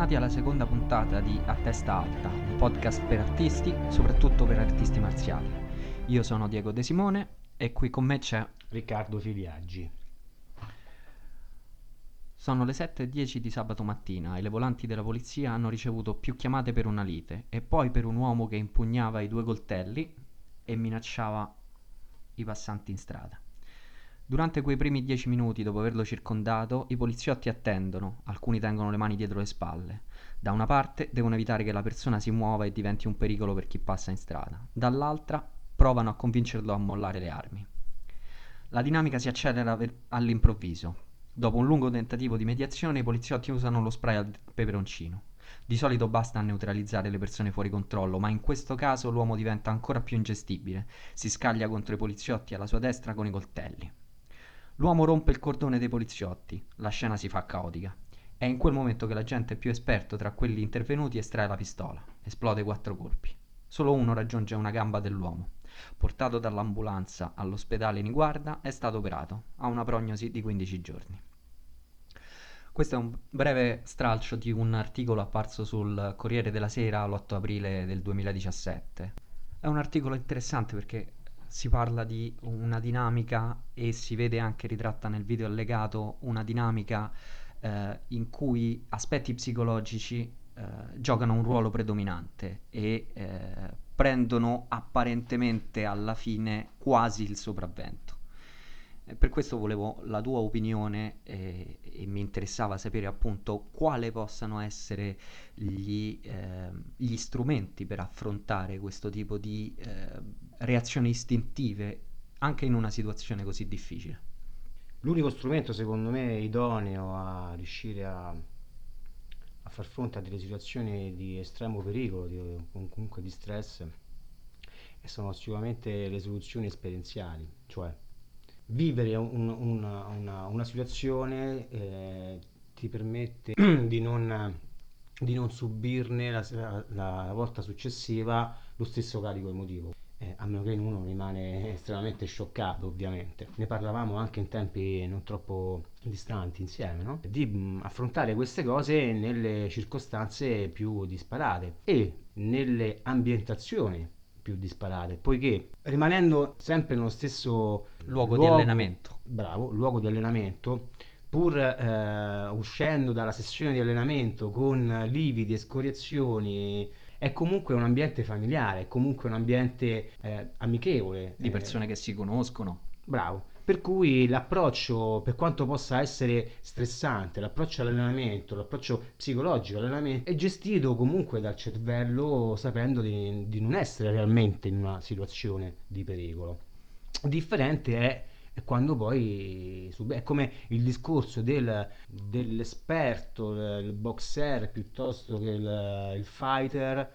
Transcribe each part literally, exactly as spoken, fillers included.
Bentornati alla seconda puntata di A Testa Alta, un podcast per artisti, soprattutto per artisti marziali. Io sono Diego De Simone e qui con me c'è Riccardo Filiaggi. Sono le sette e dieci di sabato mattina e le volanti della polizia hanno ricevuto più chiamate per una lite e poi per un uomo che impugnava i due coltelli e minacciava i passanti in strada. Durante quei primi dieci minuti dopo averlo circondato, i poliziotti attendono, alcuni tengono le mani dietro le spalle. Da una parte devono evitare che la persona si muova e diventi un pericolo per chi passa in strada, dall'altra provano a convincerlo a mollare le armi. La dinamica si accelera ver- all'improvviso. Dopo un lungo tentativo di mediazione, i poliziotti usano lo spray al peperoncino. Di solito basta a neutralizzare le persone fuori controllo, ma in questo caso l'uomo diventa ancora più ingestibile. Si scaglia contro i poliziotti alla sua destra con i coltelli. L'uomo rompe il cordone dei poliziotti. La scena si fa caotica. È in quel momento che l'agente più esperto tra quelli intervenuti estrae la pistola. Esplode quattro colpi. Solo uno raggiunge una gamba dell'uomo. Portato dall'ambulanza all'ospedale Niguarda, è stato operato. Ha una prognosi di quindici giorni. Questo è un breve stralcio di un articolo apparso sul Corriere della Sera l'otto aprile del duemiladiciassette. È un articolo interessante perché si parla di una dinamica e si vede anche ritratta nel video allegato una dinamica eh, in cui aspetti psicologici eh, giocano un ruolo predominante e eh, prendono apparentemente alla fine quasi il sopravvento. E per questo volevo la tua opinione eh, e mi interessava sapere appunto quale possano essere gli, eh, gli strumenti per affrontare questo tipo di eh, reazioni istintive anche in una situazione così difficile. L'unico strumento secondo me idoneo a riuscire a, a far fronte a delle situazioni di estremo pericolo, di, comunque di stress, sono sicuramente le soluzioni esperienziali, cioè vivere un- una, una- una situazione eh, ti permette di non, di non subirne la, la- la volta successiva lo stesso carico emotivo. Eh, a meno che uno non rimane estremamente scioccato, ovviamente. Ne parlavamo anche in tempi non troppo distanti insieme, no? Di mh, affrontare queste cose nelle circostanze più disparate e nelle ambientazioni più disparate, poiché rimanendo sempre nello stesso Luogo di luogo, allenamento. bravo, luogo di allenamento, pur eh, uscendo dalla sessione di allenamento con lividi, escoriazioni, è comunque un ambiente familiare, è comunque un ambiente eh, amichevole. Di eh, persone che si conoscono. Bravo. Per cui l'approccio, per quanto possa essere stressante, l'approccio all'allenamento, l'approccio psicologico all'allenamento, è gestito comunque dal cervello sapendo di, di non essere realmente in una situazione di pericolo. Differente è è quando poi sub- è come il discorso del- dell'esperto, il boxer piuttosto che il, il fighter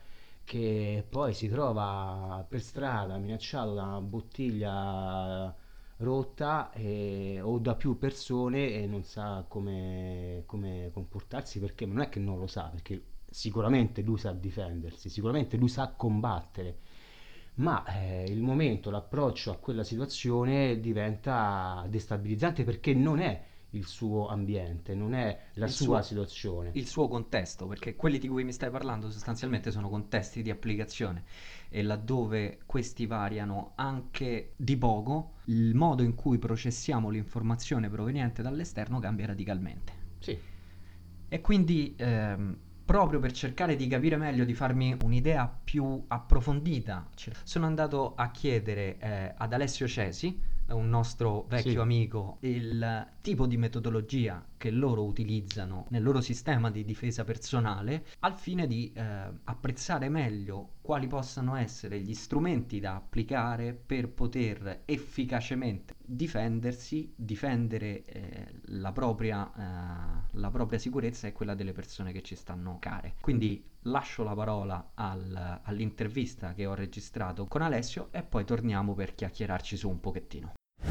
che poi si trova per strada minacciato da una bottiglia rotta e- o da più persone e non sa come, come comportarsi perché non è che non lo sa, perché sicuramente lui sa difendersi, sicuramente lui sa combattere, ma eh, il momento, l'approccio a quella situazione diventa destabilizzante perché non è il suo ambiente, non è la Il sua suo, situazione. il suo contesto, perché quelli di cui mi stai parlando sostanzialmente sono contesti di applicazione e laddove questi variano anche di poco, il modo in cui processiamo l'informazione proveniente dall'esterno cambia radicalmente. Sì. E quindi ehm, proprio per cercare di capire meglio, di farmi un'idea più approfondita, sono andato a chiedere eh, ad Alessio Cesi, un nostro vecchio Sì. amico, il tipo di metodologia che loro utilizzano nel loro sistema di difesa personale al fine di eh, apprezzare meglio quali possano essere gli strumenti da applicare per poter efficacemente difendersi, difendere eh, la propria, eh, la propria sicurezza e quella delle persone che ci stanno care. Quindi lascio la parola al- all'intervista che ho registrato con Alessio e poi torniamo per chiacchierarci su un pochettino.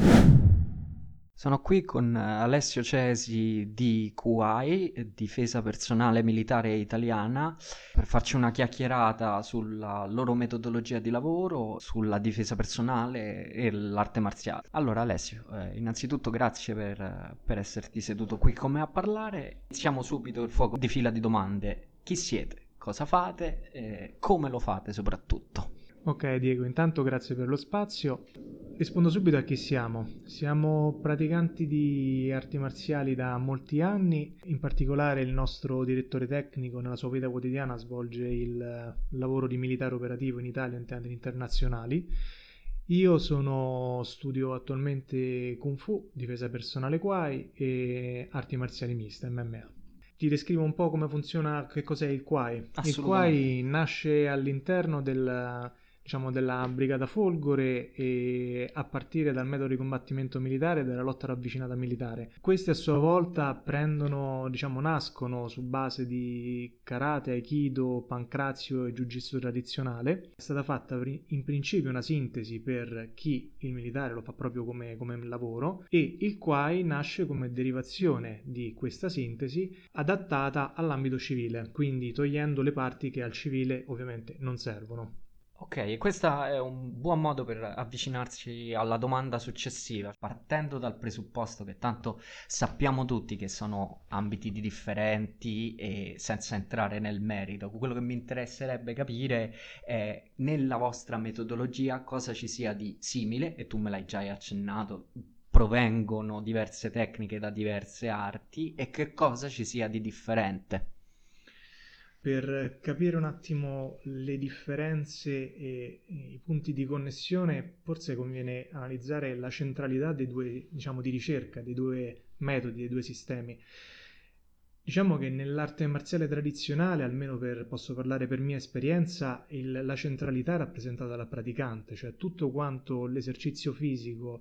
Sono qui con eh, Alessio Cesi di Q I, Difesa Personale Militare Italiana, per farci una chiacchierata sulla loro metodologia di lavoro, sulla difesa personale e l'arte marziale. Allora Alessio, eh, innanzitutto grazie per, per esserti seduto qui con me a parlare. Iniziamo subito il fuoco di fila di domande. chi siete, cosa fate, eh, come lo fate soprattutto. Ok Diego, intanto grazie per lo spazio. Rispondo subito a chi siamo. Siamo praticanti di arti marziali da molti anni, in particolare il nostro direttore tecnico nella sua vita quotidiana svolge il lavoro di militare operativo in Italia e in teatri internazionali. Io sono, studio attualmente Kung Fu, difesa personale Kwai e arti marziali miste, M M A. Ti descrivo un po' come funziona, che cos'è il Kwai. Il Assolutamente. Kwai nasce all'interno del, diciamo, della Brigata Folgore e a partire dal metodo di combattimento militare e della lotta ravvicinata militare. Questi a sua volta prendono, diciamo, nascono su base di karate, aikido, pancrazio e jiu-jitsu tradizionale. È stata fatta in principio una sintesi per chi il militare lo fa proprio come, come lavoro, e il Kwai nasce come derivazione di questa sintesi adattata all'ambito civile, quindi togliendo le parti che al civile ovviamente non servono. Ok, e questo è un buon modo per avvicinarci alla domanda successiva, partendo dal presupposto che tanto sappiamo tutti che sono ambiti differenti e senza entrare nel merito. Quello che mi interesserebbe capire è nella vostra metodologia cosa ci sia di simile, e tu me l'hai già accennato, provengono diverse tecniche da diverse arti, e che cosa ci sia di differente. Per capire un attimo le differenze e i punti di connessione, forse conviene analizzare la centralità dei due, diciamo, di ricerca, dei due metodi, dei due sistemi. Diciamo che nell'arte marziale tradizionale, almeno per, posso parlare per mia esperienza, il- la centralità è rappresentata dal praticante, cioè tutto quanto l'esercizio fisico,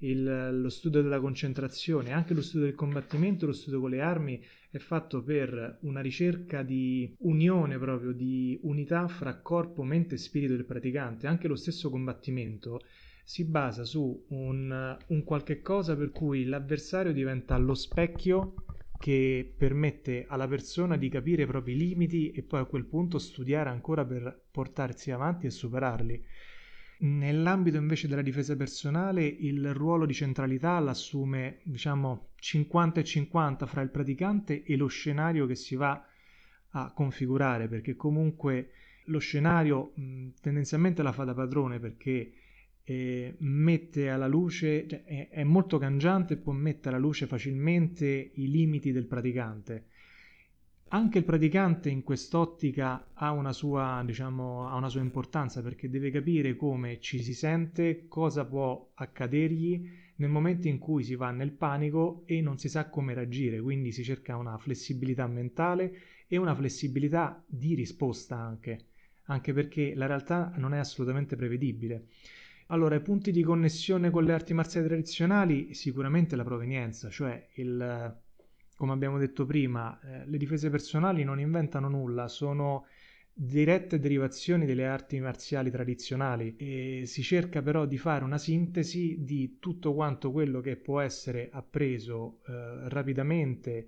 il- lo studio della concentrazione, anche lo studio del combattimento, lo studio con le armi è fatto per una ricerca di unione proprio, di unità fra corpo, mente e spirito del praticante. Anche lo stesso combattimento si basa su un, un qualche cosa per cui l'avversario diventa lo specchio che permette alla persona di capire i propri limiti e poi a quel punto studiare ancora per portarsi avanti e superarli. Nell'ambito invece della difesa personale, il ruolo di centralità l'assume, diciamo, cinquanta e cinquanta fra il praticante e lo scenario che si va a configurare, perché comunque lo scenario mh, tendenzialmente la fa da padrone, perché eh, mette alla luce, cioè è, è molto cangiante e può mettere alla luce facilmente i limiti del praticante. Anche il praticante in quest'ottica ha una sua, diciamo, ha una sua importanza, perché deve capire come ci si sente, cosa può accadergli nel momento in cui si va nel panico e non si sa come reagire, quindi si cerca una flessibilità mentale e una flessibilità di risposta anche, anche perché la realtà non è assolutamente prevedibile. Allora, i punti di connessione con le arti marziali tradizionali, sicuramente la provenienza, cioè il, come abbiamo detto prima, eh, le difese personali non inventano nulla, sono dirette derivazioni delle arti marziali tradizionali, e si cerca però di fare una sintesi di tutto quanto quello che può essere appreso eh, rapidamente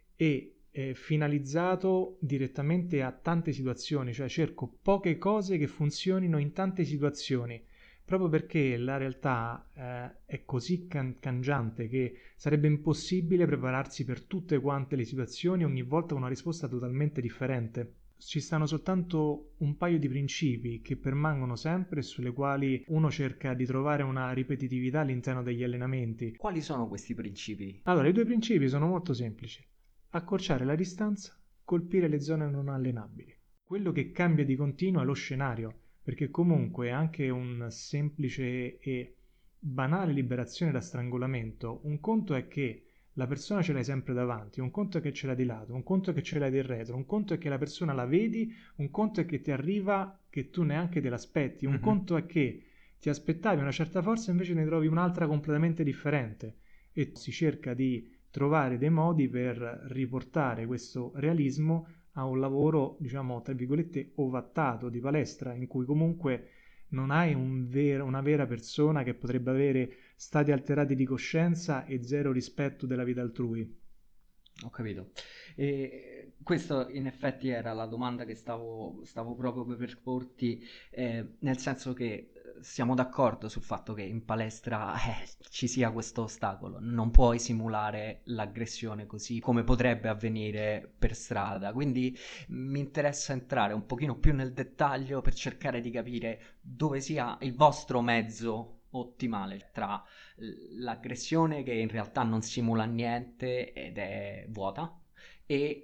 e eh, finalizzato direttamente a tante situazioni, cioè cerco poche cose che funzionino in tante situazioni, proprio perché la realtà eh, è così can- cangiante che sarebbe impossibile prepararsi per tutte quante le situazioni ogni volta con una risposta totalmente differente. Ci stanno soltanto un paio di principi che permangono sempre e sulle quali uno cerca di trovare una ripetitività all'interno degli allenamenti. Quali sono questi principi? Allora, i due principi sono molto semplici: accorciare la distanza, colpire le zone non allenabili. Quello che cambia di continuo è lo scenario, perché comunque anche un semplice e banale liberazione da strangolamento, un conto è che la persona ce l'hai sempre davanti, un conto è che ce l'hai di lato, un conto è che ce l'hai di retro, un conto è che la persona la vedi, un conto è che ti arriva che tu neanche te l'aspetti, un Mhm. conto è che ti aspettavi una certa forza e invece ne trovi un'altra completamente differente, e si cerca di trovare dei modi per riportare questo realismo a un lavoro, diciamo, tra virgolette, ovattato di palestra, in cui comunque non hai un ver- una vera persona che potrebbe avere stati alterati di coscienza e zero rispetto della vita altrui. Ho capito. E questo in effetti era la domanda che stavo, stavo proprio per porti, eh, nel senso che siamo d'accordo sul fatto che in palestra eh, ci sia questo ostacolo, non puoi simulare l'aggressione così come potrebbe avvenire per strada, quindi mi interessa entrare un pochino più nel dettaglio per cercare di capire dove sia il vostro mezzo ottimale tra l'aggressione che in realtà non simula niente ed è vuota e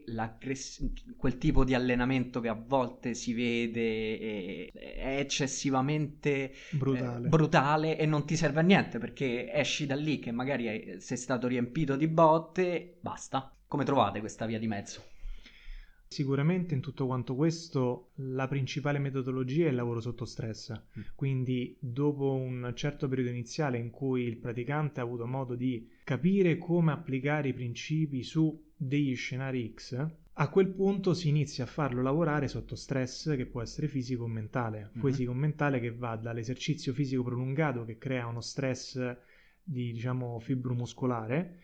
quel tipo di allenamento che a volte si vede è, è eccessivamente brutale. Eh, brutale e non ti serve a niente perché esci da lì che magari sei stato riempito di botte, basta. Come trovate questa via di mezzo? Sicuramente in tutto quanto questo la principale metodologia è il lavoro sotto stress, mm. quindi dopo un certo periodo iniziale in cui il praticante ha avuto modo di capire come applicare i principi su degli scenari X, a quel punto si inizia a farlo lavorare sotto stress che può essere fisico o mentale, mm-hmm. fisico o mentale che va dall'esercizio fisico prolungato che crea uno stress di diciamo fibromuscolare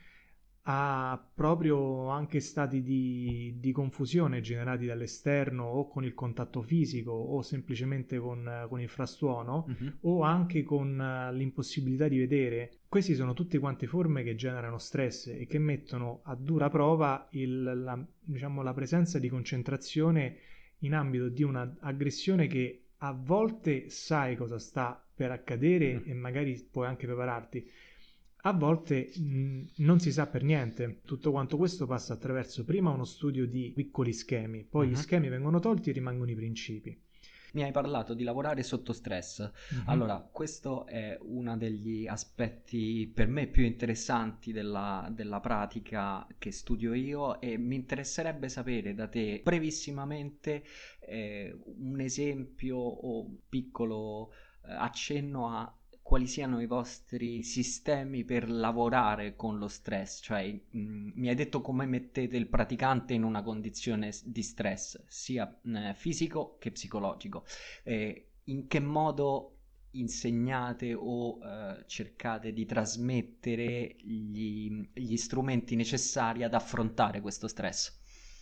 ha proprio anche stati di, di confusione generati dall'esterno o con il contatto fisico o semplicemente con, con il frastuono uh-huh. o anche con uh, l'impossibilità di vedere. Queste sono tutte quante forme che generano stress e che mettono a dura prova il, la, diciamo, la presenza di concentrazione in ambito di un'aggressione che a volte sai cosa sta per accadere uh-huh. e magari puoi anche prepararti. A volte mh, non si sa per niente. Tutto quanto questo passa attraverso prima uno studio di piccoli schemi, poi uh-huh. gli schemi vengono tolti e rimangono i principi. Mi hai parlato di lavorare sotto stress. Uh-huh. Allora, questo è uno degli aspetti per me più interessanti della, della pratica che studio io e mi interesserebbe sapere da te brevissimamente eh, un esempio o un piccolo eh, accenno a quali siano i vostri sistemi per lavorare con lo stress, cioè mh, mi hai detto come mettete il praticante in una condizione di stress, sia mh, fisico che psicologico, eh, in che modo insegnate o eh, cercate di trasmettere gli, gli strumenti necessari ad affrontare questo stress?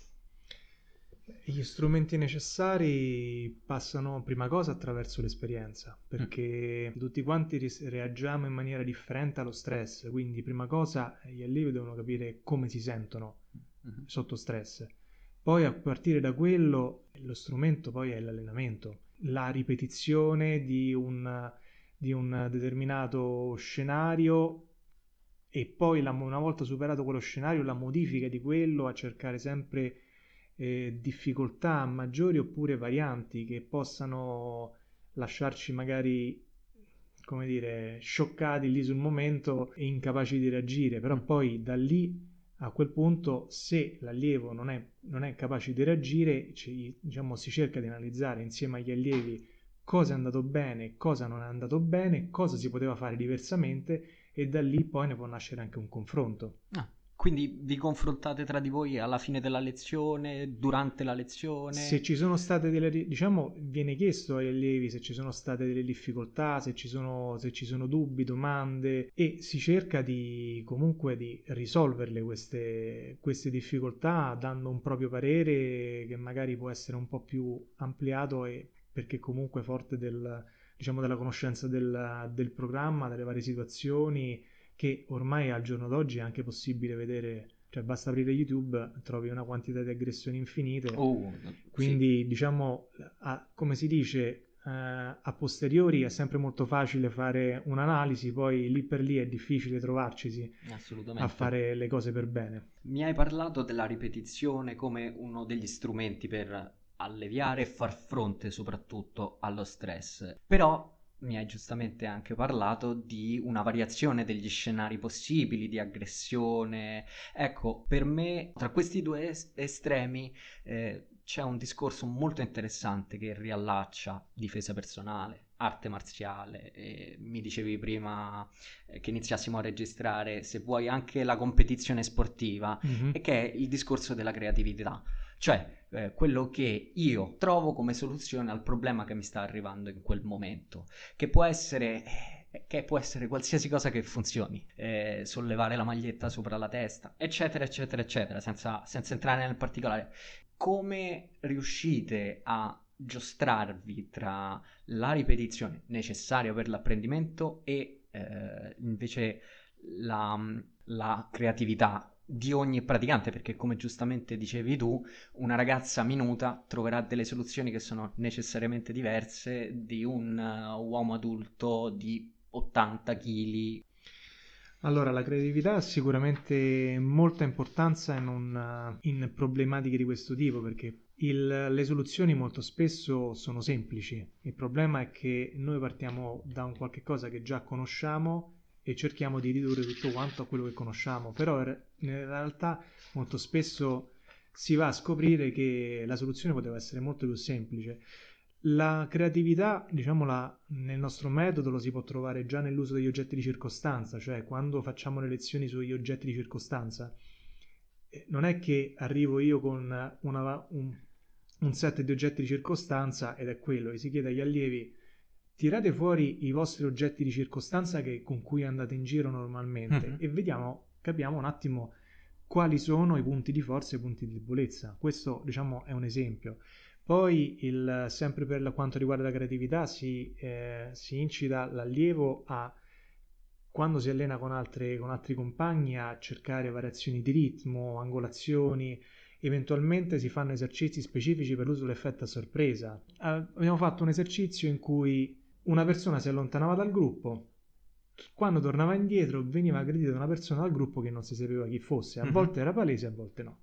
Gli strumenti necessari passano prima cosa attraverso l'esperienza, perché mm. tutti quanti ris- reagiamo in maniera differente allo stress, quindi prima cosa gli allievi devono capire come si sentono mm-hmm. sotto stress. Poi a partire da quello lo strumento poi è l'allenamento, la ripetizione di un, di un determinato scenario e poi la, una volta superato quello scenario la modifica di quello a cercare sempre Eh, difficoltà maggiori oppure varianti che possano lasciarci magari, come dire, scioccati lì sul momento e incapaci di reagire, però mm. poi da lì a quel punto se l'allievo non è, non è capace di reagire ci, diciamo, si cerca di analizzare insieme agli allievi cosa è andato bene, cosa non è andato bene, cosa si poteva fare diversamente e da lì poi ne può nascere anche un confronto. Ah. Quindi vi confrontate tra di voi alla fine della lezione, durante la lezione? Se ci sono state delle, diciamo, viene chiesto agli allievi se ci sono state delle difficoltà, se ci sono, se ci sono dubbi, domande e si cerca di comunque di risolverle queste, queste difficoltà dando un proprio parere che magari può essere un po' più ampliato e perché comunque forte del, diciamo, della conoscenza del, del programma, delle varie situazioni che ormai al giorno d'oggi è anche possibile vedere, cioè basta aprire YouTube, trovi una quantità di aggressioni infinite, oh, quindi sì. diciamo, a, come si dice, eh, a posteriori è sempre molto facile fare un'analisi, poi lì per lì è difficile trovarcisi a fare le cose per bene. Mi hai parlato della ripetizione come uno degli strumenti per alleviare e far fronte soprattutto allo stress, però mi hai giustamente anche parlato di una variazione degli scenari possibili di aggressione. Ecco, per me tra questi due est- estremi eh, c'è un discorso molto interessante che riallaccia difesa personale, arte marziale, e mi dicevi prima eh, che iniziassimo a registrare, se vuoi, anche la competizione sportiva, mm-hmm. e che è il discorso della creatività. Cioè, eh, quello che io trovo come soluzione al problema che mi sta arrivando in quel momento, che può essere, eh, che può essere qualsiasi cosa che funzioni, eh, sollevare la maglietta sopra la testa, eccetera, eccetera, eccetera, senza, senza entrare nel particolare. Come riuscite a giostrarvi tra la ripetizione necessaria per l'apprendimento e eh, invece la, la creatività di ogni praticante, perché come giustamente dicevi tu, una ragazza minuta troverà delle soluzioni che sono necessariamente diverse di un uh, uomo adulto di ottanta chili. Allora, la creatività ha sicuramente molta importanza in, un, in problematiche di questo tipo, perché il- le soluzioni molto spesso sono semplici. Il problema è che noi partiamo da un qualche cosa che già conosciamo e cerchiamo di ridurre tutto quanto a quello che conosciamo, però in in realtà molto spesso si va a scoprire che la soluzione poteva essere molto più semplice. La creatività, diciamola, nel nostro metodo lo si può trovare già nell'uso degli oggetti di circostanza, cioè quando facciamo le lezioni sugli oggetti di circostanza, eh, non è che arrivo io con una- un, un set di oggetti di circostanza ed è quello, e si chiede agli allievi: tirate fuori i vostri oggetti di circostanza che- con cui andate in giro normalmente Mhm. e vediamo, capiamo un attimo quali sono i punti di forza e i punti di debolezza. Questo, diciamo, è un esempio. Poi, il- sempre per quanto riguarda la creatività, si, eh, si incita l'allievo a, quando si allena con, altre- con altri compagni, a cercare variazioni di ritmo, angolazioni. Eventualmente si fanno esercizi specifici per l'uso dell'effetto a sorpresa. Ah, abbiamo fatto un esercizio in cui una persona si allontanava dal gruppo, quando tornava indietro veniva aggredita da una persona dal gruppo che non si sapeva chi fosse, a Mhm. volte era palese, a volte no.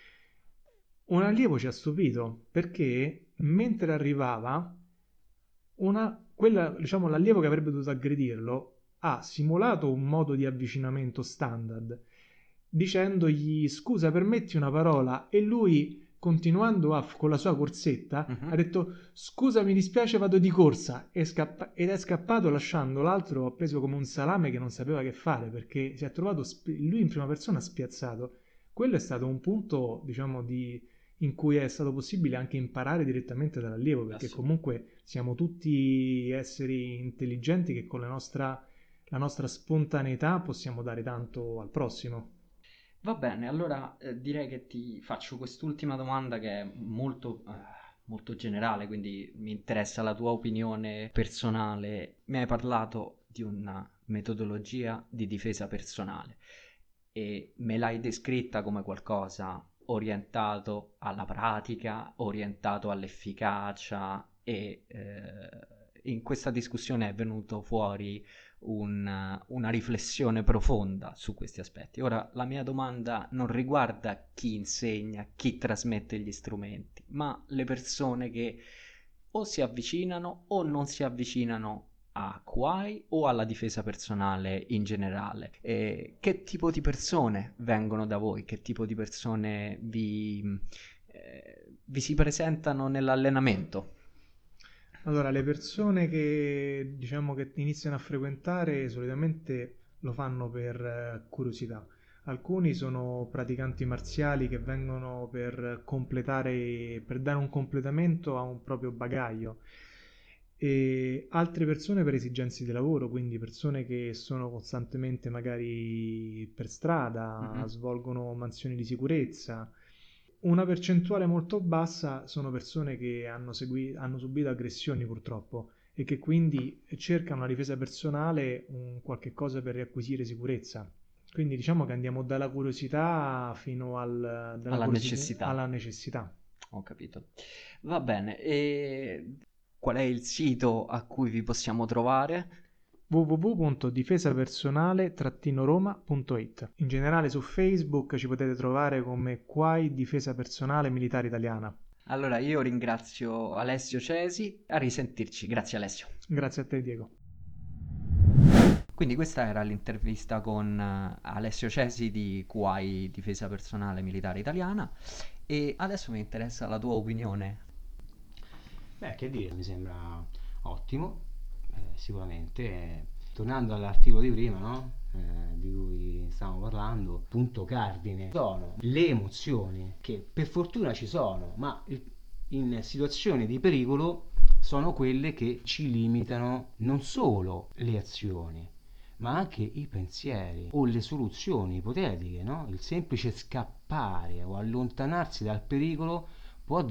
Un allievo ci ha stupito perché mentre arrivava, una, quella, diciamo, l'allievo che avrebbe dovuto aggredirlo ha simulato un modo di avvicinamento standard, dicendogli scusa, permetti una parola, e lui, continuando a, con la sua corsetta, Mhm. ha detto scusa, mi dispiace, vado di corsa, e scappa- ed è scappato lasciando l'altro appeso come un salame che non sapeva che fare, perché si è trovato spi- lui in prima persona spiazzato. Quello è stato un punto, diciamo, di in cui è stato possibile anche imparare direttamente dall'allievo, perché Assolut- comunque siamo tutti esseri intelligenti che con la nostra, la nostra spontaneità possiamo dare tanto al prossimo. Va bene, allora eh, direi che ti faccio quest'ultima domanda che è molto, eh, molto generale, quindi mi interessa la tua opinione personale. Mi hai parlato di una metodologia di difesa personale e me l'hai descritta come qualcosa orientato alla pratica, orientato all'efficacia e eh, in questa discussione è venuto fuori un- una riflessione profonda su questi aspetti. Ora, la mia domanda non riguarda chi insegna, chi trasmette gli strumenti, ma le persone che o si avvicinano o non si avvicinano a Quai o alla difesa personale in generale. E che tipo di persone vengono da voi? Che tipo di persone vi, eh, vi si presentano nell'allenamento? Allora, le persone che diciamo che iniziano a frequentare solitamente lo fanno per eh, curiosità. Alcuni sono praticanti marziali che vengono per completare, per dare un completamento a un proprio bagaglio, e altre persone per esigenze di lavoro, quindi persone che sono costantemente magari per strada, Mhm. svolgono mansioni di sicurezza. Una percentuale molto bassa sono persone che hanno, segui- hanno subito aggressioni purtroppo e che quindi cercano una difesa personale, un qualche cosa per riacquisire sicurezza. Quindi diciamo che andiamo dalla curiosità fino al- dalla Alla curiosità necessità. alla necessità. Ho capito. Va bene. E qual è il sito a cui vi possiamo trovare? w w w punto difesa personale roma punto it. In generale su Facebook ci potete trovare come Quai Difesa Personale Militare Italiana. Allora, io ringrazio Alessio Cesi. A risentirci. Grazie Alessio. Grazie a te, Diego. Quindi questa era l'intervista con eh, Alessio Cesi di Q I Difesa Personale Militare Italiana e adesso mi interessa la tua opinione. Beh, che dire, mi sembra ottimo, eh, sicuramente. eh, Tornando all'articolo di prima, no? Eh, di cui stavamo parlando, punto cardine sono le emozioni che per fortuna ci sono, ma il- in situazioni di pericolo sono quelle che ci limitano non solo le azioni, ma anche i pensieri o le soluzioni ipotetiche, no? Il semplice scappare o allontanarsi dal pericolo può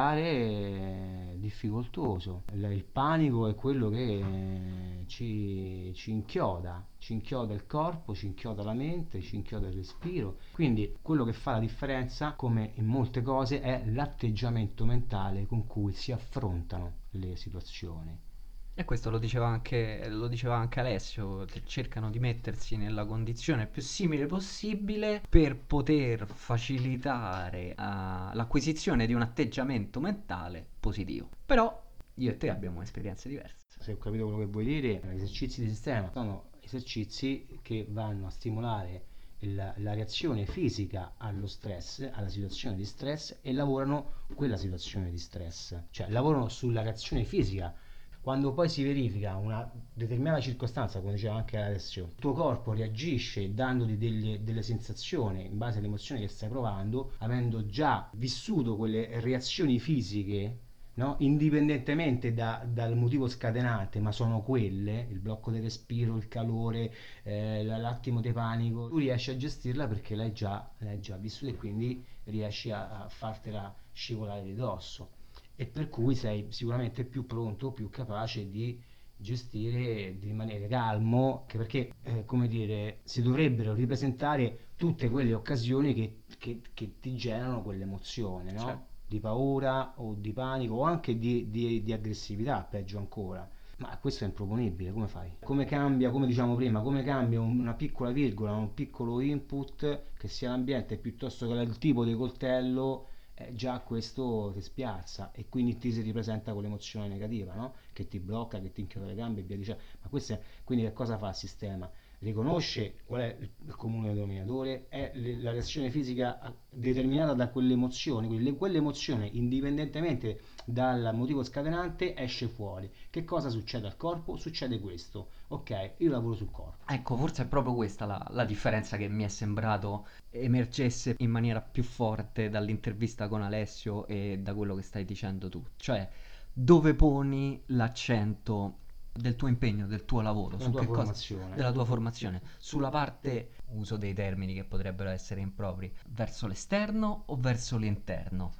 diventare difficoltoso. Il, il panico è quello che eh, ci, ci inchioda, ci inchioda il corpo, ci inchioda la mente, ci inchioda il respiro. Quindi quello che fa la differenza, come in molte cose, è l'atteggiamento mentale con cui si affrontano le situazioni. E questo lo diceva anche, lo diceva anche Alessio, che cercano di mettersi nella condizione più simile possibile per poter facilitare eh, l'acquisizione di un atteggiamento mentale positivo. Però io e te abbiamo esperienze diverse. Se ho capito quello che vuoi dire, gli esercizi di sistema sono esercizi che vanno a stimolare la, la reazione fisica allo stress, alla situazione di stress, e lavorano quella situazione di stress, cioè lavorano sulla reazione fisica. Quando poi si verifica una determinata circostanza, come diceva anche Alessio, il tuo corpo reagisce dandoti delle, delle sensazioni in base alle emozioni che stai provando, avendo già vissuto quelle reazioni fisiche, no? Indipendentemente da- dal motivo scatenante, ma sono quelle, il blocco del respiro, il calore, eh, l- l'attimo di panico, tu riesci a gestirla perché l'hai già, l'hai già vissuta, e quindi riesci a, a fartela scivolare di dosso, e per cui sei sicuramente più pronto, più capace di gestire, di rimanere calmo, che perché, eh, come dire, si dovrebbero ripresentare tutte quelle occasioni che, che- che ti generano quell'emozione, Cioè, no? Di paura o di panico o anche di, di- di aggressività, peggio ancora. Ma questo è improponibile, come fai? Come cambia, come diciamo prima, come cambia un- una piccola virgola, un piccolo input, che sia l'ambiente piuttosto che il tipo di coltello, eh, già questo ti spiazza, e quindi ti si ripresenta quell'emozione negativa, no? Che ti blocca, che ti inchioda le gambe e via dicendo. Ma questo è, quindi che cosa fa il sistema? Riconosce qual è il il comune denominatore, è le- la reazione fisica a- determinata da quell'emozione, quindi le- quell'emozione, indipendentemente dal motivo scatenante, esce fuori. Che cosa succede al corpo? Succede questo. Ok, io lavoro sul corpo. ecco, forse è proprio questa la, la differenza che mi è sembrato emergesse in maniera più forte dall'intervista con Alessio e da quello che stai dicendo tu. Cioè, dove poni l'accento del tuo impegno, del tuo lavoro, La su tua che cosa, formazione. della tua formazione, sulla parte, uso dei termini che potrebbero essere impropri, verso l'esterno o verso l'interno.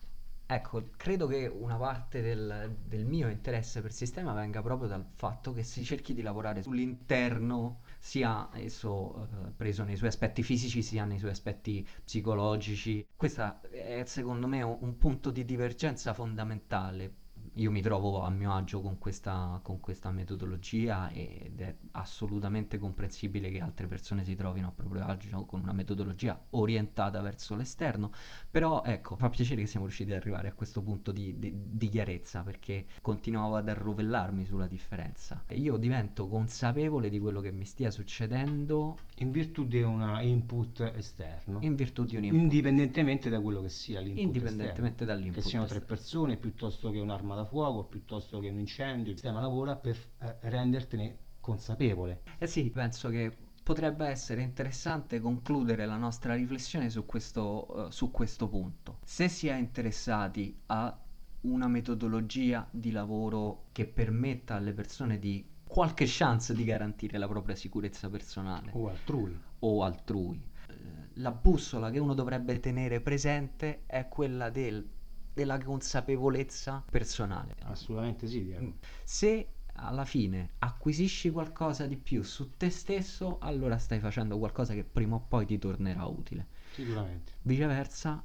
Ecco, credo che una parte del, del mio interesse per sistema venga proprio dal fatto che si cerchi di lavorare sull'interno, sia esso eh, preso nei suoi aspetti fisici, sia nei suoi aspetti psicologici. Questo è secondo me un, un punto di divergenza fondamentale. Io mi trovo a mio agio con questa, con questa metodologia, ed è assolutamente comprensibile che altre persone si trovino a proprio agio con una metodologia orientata verso l'esterno. Però ecco, fa piacere che siamo riusciti ad arrivare a questo punto di, di- di chiarezza, perché continuavo ad arrovellarmi sulla differenza. E io divento consapevole di quello che mi stia succedendo In virtù di un input esterno, in virtù di un input, indipendentemente da quello che sia l'input esterno, indipendentemente che dall'input siano tre esterno. persone piuttosto che un'arma da fuoco, piuttosto che un incendio. Il sistema lavora per eh, rendertene consapevole. Eh sì, penso che potrebbe essere interessante concludere la nostra riflessione su questo, eh, su questo punto. Se si è interessati a una metodologia di lavoro che permetta alle persone di qualche chance di garantire la propria sicurezza personale O altrui. o altrui, eh, la bussola che uno dovrebbe tenere presente è quella del- della consapevolezza personale. Assolutamente sì, Mm. Diego. Se alla fine acquisisci qualcosa di più su te stesso, allora stai facendo qualcosa che prima o poi ti tornerà utile. Sicuramente. Viceversa,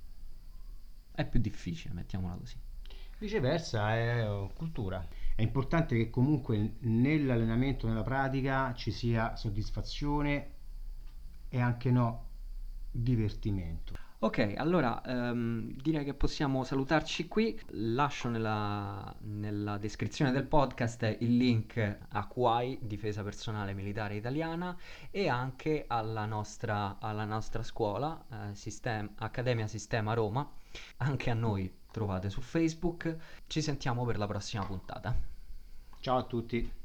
è più difficile, mettiamola così. Viceversa è oh, cultura. È importante che comunque nell'allenamento, nella pratica, ci sia soddisfazione e anche no divertimento. Ok, allora ehm, direi che possiamo salutarci qui. Lascio nella, nella descrizione del podcast il link a Q I, Difesa Personale Militare Italiana, e anche alla nostra, alla nostra scuola, eh, Sistem- Accademia Sistema Roma. Anche a noi trovate su Facebook. Ci sentiamo per la prossima puntata. Ciao a tutti.